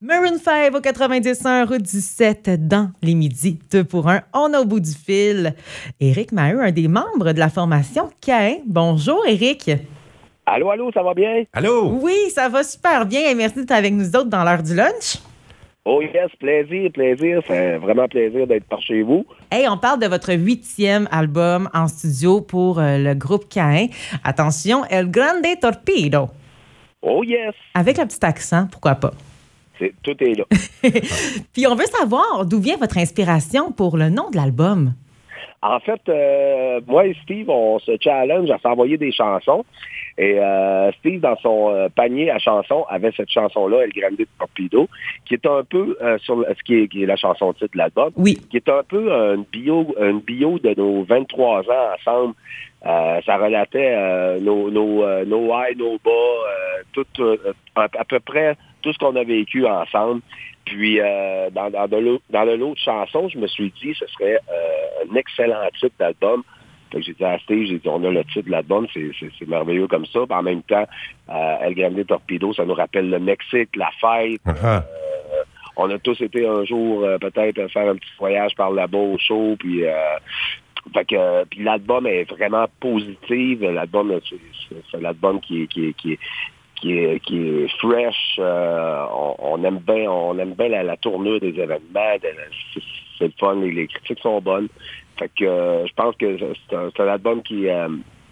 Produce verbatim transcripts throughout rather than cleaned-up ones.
Maroon cinq au quatre-vingt-dix un route du sept dans les midis, deux pour un. On est au bout du fil. Éric Maheu, un des membres de la formation Caïn. Bonjour, Éric. Allô, allô, ça va bien? Allô? Oui, ça va super bien et merci d'être avec nous autres dans l'heure du lunch. Oh yes, plaisir, plaisir. C'est vraiment plaisir d'être par chez vous. Hey, on parle de votre huitième album en studio pour euh, le groupe Caïn. Attention, El Grande Torpedo. Oh yes! Avec un petit accent, pourquoi pas? C'est, tout est là. Puis on veut savoir d'où vient votre inspiration pour le nom de l'album. En fait, euh, moi et Steve, on se challenge à s'envoyer des chansons. Et euh, Steve, dans son euh, panier à chansons, avait cette chanson-là, El Grande Torpedo, qui est un peu, euh, sur le, ce qui est, qui est la chanson titre de l'album, Oui. qui est un peu une bio, une bio de nos vingt-trois ans ensemble. Euh, ça relatait euh, nos, nos, euh, nos highs, nos bas, euh, tout, euh, à, à peu près tout ce qu'on a vécu ensemble. Puis, euh, dans, dans, de l'autre, dans de l'autre chanson, je me suis dit ce serait euh, un excellent titre d'album. Fait que j'ai dit à Steve, j'ai dit, on a le titre de l'album, c'est, c'est, c'est merveilleux comme ça. Puis en même temps, euh, El Grande Torpedo, ça nous rappelle le Mexique, la fête. Uh-huh. Euh, on a tous été un jour, euh, peut-être, faire un petit voyage par là-bas au show, puis... Euh, Fait que euh, puis l'album est vraiment positif. L'album, c'est, c'est, c'est l'album qui est qui est qui est qui est, qui est fresh. Euh, on, on aime bien, on aime bien la, la tournure des événements. De, c'est, c'est le fun. Les, les critiques sont bonnes. Fait que euh, je pense que c'est un, c'est un album qui euh,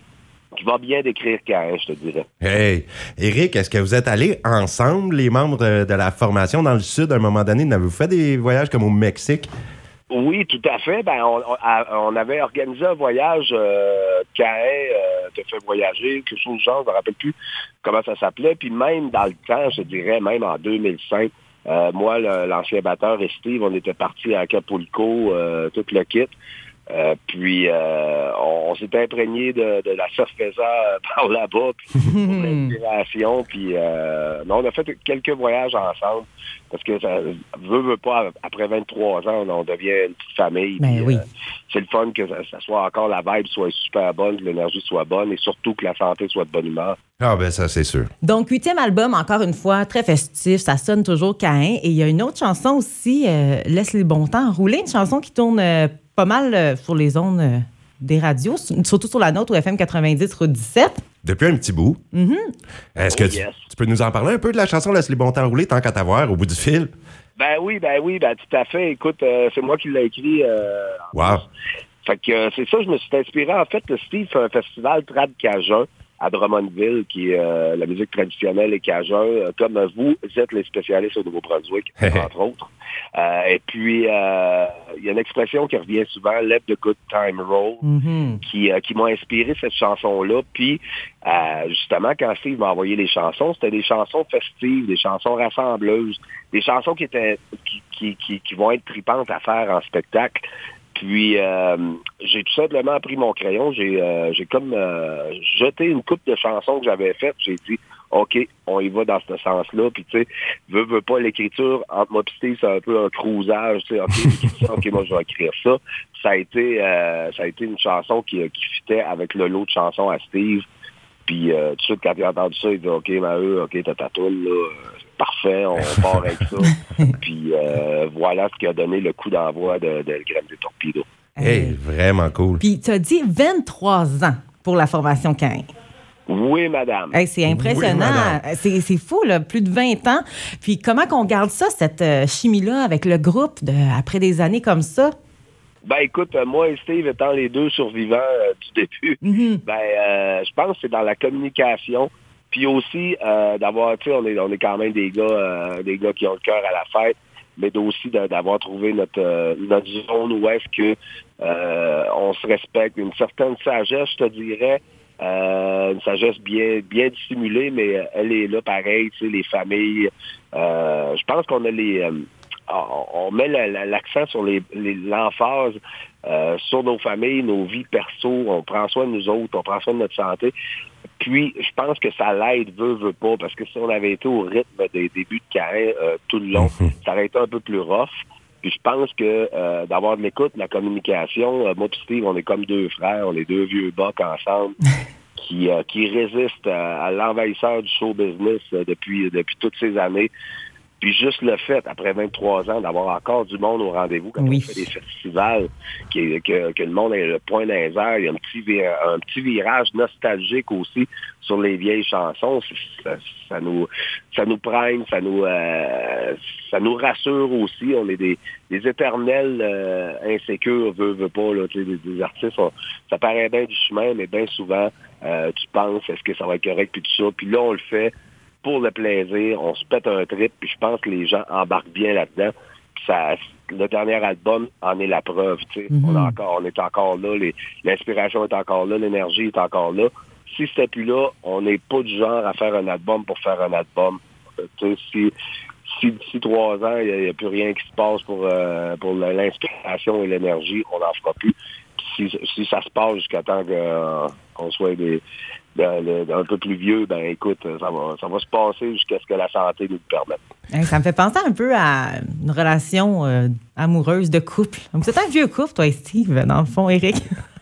qui va bien décrire Caïn, je te dirais. Hey, Éric, est-ce que vous êtes allés ensemble, les membres de, de la formation dans le Sud, à un moment donné? N'avez-vous fait des voyages comme au Mexique? Oui, tout à fait. Ben, on, on, on avait organisé un voyage, euh, Caïn euh, te fait voyager, quelque chose de genre, je ne me rappelle plus comment ça s'appelait. Puis même dans le temps, je dirais, même en deux mille cinq, euh, moi, le, l'ancien batteur et Steve, on était partis à Acapulco, euh, tout le kit. Euh, puis euh, on, on s'est imprégné de, de la surfaisa euh, par là-bas, puis pour l'inspiration, puis euh, non, on a fait quelques voyages ensemble, parce que ça veut, veut pas, après vingt-trois ans, on devient une petite famille. Ben puis, oui. euh, c'est le fun que ça, ça soit encore, la vibe soit super bonne, que l'énergie soit bonne, et surtout que la santé soit de bonne humeur. Ah ben ça, c'est sûr. Donc, huitième album, encore une fois, très festif, ça sonne toujours Caïn. Et il y a une autre chanson aussi, euh, Laisse les bons temps rouler, une chanson qui tourne euh, pas mal euh, sur les ondes euh, des radios, surtout sur la nôtre au F M quatre-vingt-dix, route dix-sept. Depuis un petit bout. Mm-hmm. Est-ce Oh, que tu, yes. tu peux nous en parler un peu de la chanson Laisse les bons temps rouler, tant qu'à t'avoir, au bout du fil? Ben oui, ben oui, ben tout à fait. Écoute, euh, c'est moi qui l'ai écrit. Euh, Wow. Fait que euh, c'est ça, je me suis inspiré. En fait, le Steve fait un festival trad cajun à Drummondville, qui est euh, la musique traditionnelle et cajun, euh, comme vous êtes les spécialistes au Nouveau-Brunswick, entre autres. Euh, et puis, euh, il y a une expression qui revient souvent, « let the good time roll Mm-hmm. », qui, euh, qui m'a inspiré cette chanson-là. Puis, euh, justement, quand Steve m'a envoyé les chansons, c'était des chansons festives, des chansons rassembleuses, des chansons qui étaient qui, qui, qui, qui vont être tripantes à faire en spectacle. Puis, euh, j'ai tout simplement pris mon crayon, j'ai euh, j'ai comme euh, jeté une coupe de chansons que j'avais faites, j'ai dit, OK, on y va dans ce sens-là, puis tu sais, veux, veux pas, l'écriture, entre moi et Steve, c'est un peu un cruisage, tu sais, OK, l'écriture, OK, moi, je vais écrire ça. Ça a été, euh, ça a été une chanson qui, qui fitait avec le lot de chansons à Steve, puis euh, tout de suite, quand il a entendu ça, il dit, OK, Maheu, OK, t'as ta toune, là, parfait, on part avec ça. Puis euh, voilà ce qui a donné le coup d'envoi de, de El Grande Torpedo. Hey, vraiment cool. Puis tu as dit vingt-trois ans pour la formation Caïn. Oui, madame. Hey, c'est impressionnant. Oui, madame. c'est, c'est fou, là, plus de vingt ans. Puis comment qu'on garde ça, cette euh, chimie-là, avec le groupe, de, après des années comme ça? Ben écoute, euh, moi et Steve étant les deux survivants euh, du début, Mm-hmm. ben euh, je pense que c'est dans la communication. Puis aussi euh, d'avoir, tu sais, on est, on est quand même des gars, euh, des gars qui ont le cœur à la fête, mais aussi de, d'avoir trouvé notre, euh, notre zone où est-ce que euh, on se respecte, une certaine sagesse, je te dirais, euh, une sagesse bien, bien dissimulée, mais elle est là pareil, tu sais, les familles. Euh, je pense qu'on a les, euh, on met la, la, l'accent sur les, les, l'emphase euh, sur nos familles, nos vies perso, on prend soin de nous autres, on prend soin de notre santé. Puis, je pense que ça l'aide, veut, veut pas, parce que si on avait été au rythme des débuts de Caïn euh, tout le long, ça aurait été un peu plus rough. Puis je pense que euh, d'avoir de l'écoute, de la communication, euh, moi et Steve, on est comme deux frères, on est deux vieux bocs ensemble qui, euh, qui résistent à, à l'envahisseur du show business euh, depuis, depuis toutes ces années. Puis juste le fait, après vingt-trois ans, d'avoir encore du monde au rendez-vous quand oui. on fait des festivals, que, que, que le monde ait le point dans les airs, il y a un petit, vir, un petit virage nostalgique aussi sur les vieilles chansons. Ça, ça nous ça nous prenne, ça nous euh, ça nous rassure aussi. On est des, des éternels euh, insécures, veut, veut pas, là, des, des artistes. On, ça paraît bien du chemin, mais bien souvent, euh, tu penses, est-ce que ça va être correct, puis tout ça. Puis là, on le fait pour le plaisir, on se pète un trip, puis je pense que les gens embarquent bien là-dedans. Puis ça, le dernier album en est la preuve. Tu sais, mm-hmm. on, a encore, on est encore là, les, l'inspiration est encore là, l'énergie est encore là. Si c'était plus là, on n'est pas du genre à faire un album pour faire un album. Euh, tu sais, si, si d'ici trois ans, il n'y a, a plus rien qui se passe pour, euh, pour l'inspiration et l'énergie, on n'en fera plus. Puis si, si ça se passe jusqu'à temps que, euh, qu'on soit des De, de, un peu plus vieux, ben écoute, ça va, ça va se passer jusqu'à ce que la santé nous le permette. Hey, ça me fait penser un peu à une relation euh, amoureuse de couple. Vous êtes un vieux couple, toi et Steve, dans le fond, Éric.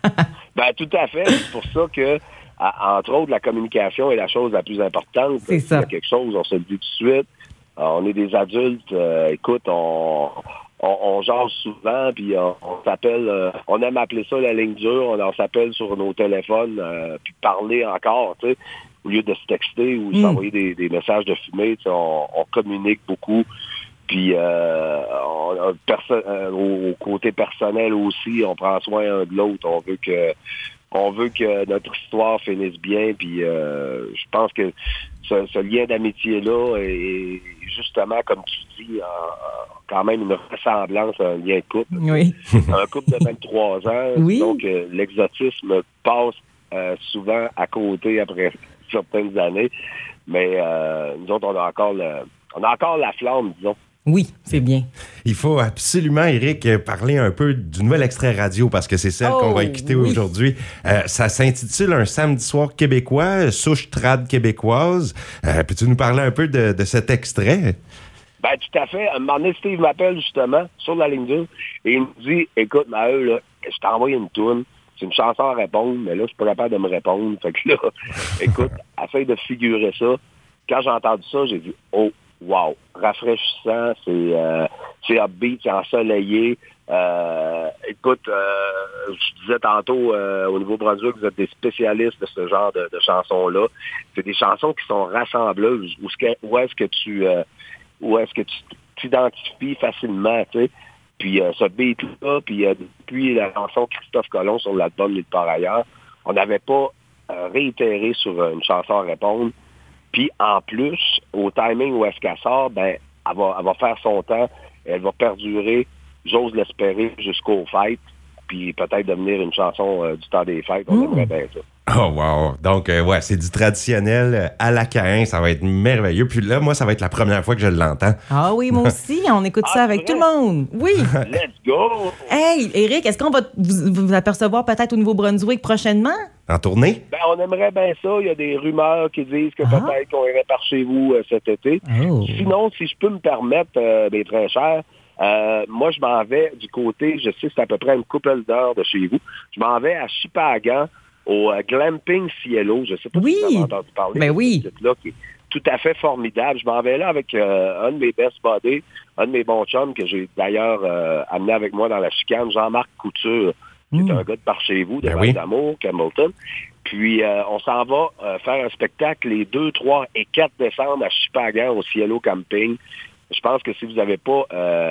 Ben tout à fait. C'est pour ça que, à, entre autres, la communication est la chose la plus importante. C'est ça. Il y a quelque chose, on se le dit tout de suite. Alors, on est des adultes. Euh, écoute, on... On, on jase souvent, puis on, on s'appelle, euh, on aime appeler ça la ligne dure, on, on s'appelle sur nos téléphones, euh, puis parler encore, tu sais, au lieu de se texter ou mm. s'envoyer des, des messages de fumée, tu sais, on, on communique beaucoup, puis euh, on, perso- euh, au, au côté personnel aussi, on prend soin un de l'autre, on veut que on veut que notre histoire finisse bien, puis euh, je pense que ce, ce lien d'amitié-là est justement, comme tu dis, en, quand même une ressemblance à un lien de couple. Oui. Un couple de vingt-trois ans, oui. donc euh, l'exotisme passe euh, souvent à côté après certaines années, mais euh, nous autres, on a encore le, on a encore la flamme, disons. Oui, c'est bien. Il faut absolument, Éric, parler un peu du nouvel extrait radio parce que c'est celle oh, qu'on va écouter oui. aujourd'hui. Euh, ça s'intitule Un samedi soir québécois, souche trad québécoise. Euh, peux-tu nous parler un peu de, de cet extrait? Ben, tout à fait. Un moment donné, Steve m'appelle justement sur la ligne deux et il me dit, écoute, Maheu, là, je t'ai envoyé une toune. C'est une chanson à répondre, mais là, je suis pas capable de me répondre. Fait que là, écoute, essaye de figurer ça. Quand j'ai entendu ça, j'ai dit, oh, wow, rafraîchissant, c'est, euh, c'est upbeat, c'est ensoleillé. Euh, écoute, euh, je disais tantôt euh, au Nouveau-Brunswick, vous êtes des spécialistes de ce genre de, de chansons-là. C'est des chansons qui sont rassembleuses. Où, où est-ce que tu euh, où est-ce que tu t'identifies facilement, tu sais. Puis euh, ce beat-là, puis euh, depuis la chanson Christophe Colomb sur l'album Nulle part ailleurs, on n'avait pas euh, réitéré sur une chanson à répondre. Puis en plus, au timing où est-ce qu'elle sort, ben, elle va, elle va faire son temps, elle va perdurer, j'ose l'espérer, jusqu'aux fêtes, puis peut-être devenir une chanson euh, du temps des fêtes. On mmh. aimerait bien ça. Oh wow! Donc, euh, ouais, c'est du traditionnel à la Caïn. Ça va être merveilleux. Puis là, moi, ça va être la première fois que je l'entends. Ah oui, moi aussi. On écoute ah, ça avec vrai? Tout le monde. Oui. Let's go! Hey, Éric, est-ce qu'on va vous, vous apercevoir peut-être au Nouveau-Brunswick prochainement? En tournée? Ben, on aimerait bien ça. Il y a des rumeurs qui disent que ah. peut-être qu'on irait par chez vous euh, cet été. Oh. Sinon, si je peux me permettre, euh, bien très cher, euh, moi, je m'en vais du côté, je sais, c'est à peu près une couple d'heures de chez vous. Je m'en vais à Shippagan, au uh, Glamping Cielo. Je ne sais pas oui. si vous avez entendu parler ben de oui. ce site-là, qui est tout à fait formidable. Je m'en vais là avec euh, un de mes best buddies, un de mes bons chums que j'ai d'ailleurs euh, amené avec moi dans la chicane, Jean-Marc Couture, qui mmh. est un gars de par chez vous, de ben Val-d'Amour, oui. Campbellton. Puis, euh, on s'en va euh, faire un spectacle les deux, trois et quatre décembre à Shippagan, au Cielo Camping. Je pense que si vous n'avez pas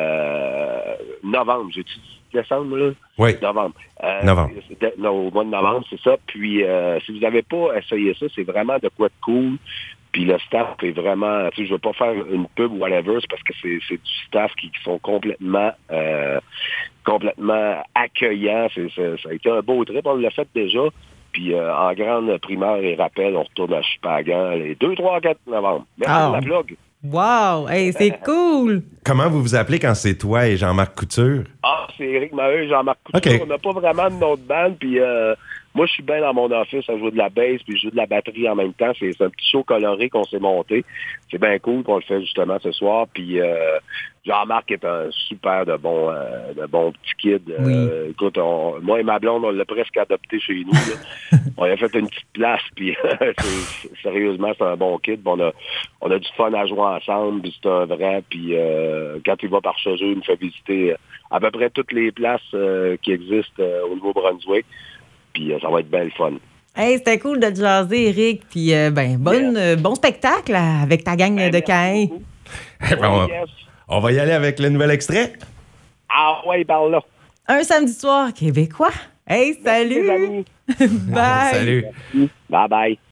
euh, novembre, j'ai dit décembre, là? Oui. Novembre. Euh, novembre. De, non, au mois de novembre, c'est ça. Puis, euh, si vous n'avez pas essayé ça, c'est vraiment de quoi de cool. Puis le staff est vraiment, tu sais, je veux pas faire une pub ou whatever, c'est parce que c'est, c'est du staff qui, qui sont complètement, euh, complètement accueillants. C'est, c'est, ça a été un beau trip, on l'a fait déjà. Puis euh, en grande primaire et rappel, on retourne à Shippagan les deux, trois, quatre novembre. Merci oh. pour la vlog. Wow! Hey, c'est cool! Comment vous vous appelez quand c'est toi et Jean-Marc Couture? Ah, c'est Éric Maheu et Jean-Marc Couture. Okay. On n'a pas vraiment de nom de bande, puis euh, Moi, je suis bien dans mon office à jouer de la bass puis je joue de la batterie en même temps. C'est, c'est un petit show coloré qu'on s'est monté. C'est bien cool qu'on le fait justement ce soir. Puis euh, Jean-Marc est un super de bon, euh, de bon petit kid. Oui. Euh, écoute, on, moi et ma blonde, on l'a presque adopté chez nous. Là. On a fait une petite place. Puis c'est, sérieusement, c'est un bon kid. On a, on a du fun à jouer ensemble. Puis c'est un vrai. Puis euh, quand il va par chez eux, il me fait visiter à peu près toutes les places euh, qui existent euh, au Nouveau-Brunswick. Puis euh, ça va être bien le fun. Hey, c'était cool de te jaser, Éric. Puis, euh, ben, bonne, yes. euh, bon spectacle là, avec ta gang Ben, de Caen. Eh ben, on, yes. on va y aller avec le nouvel extrait. Ah ouais, par là. Un samedi soir québécois. Hey, salut! Merci, les amis. Bye! Salut! Bye bye.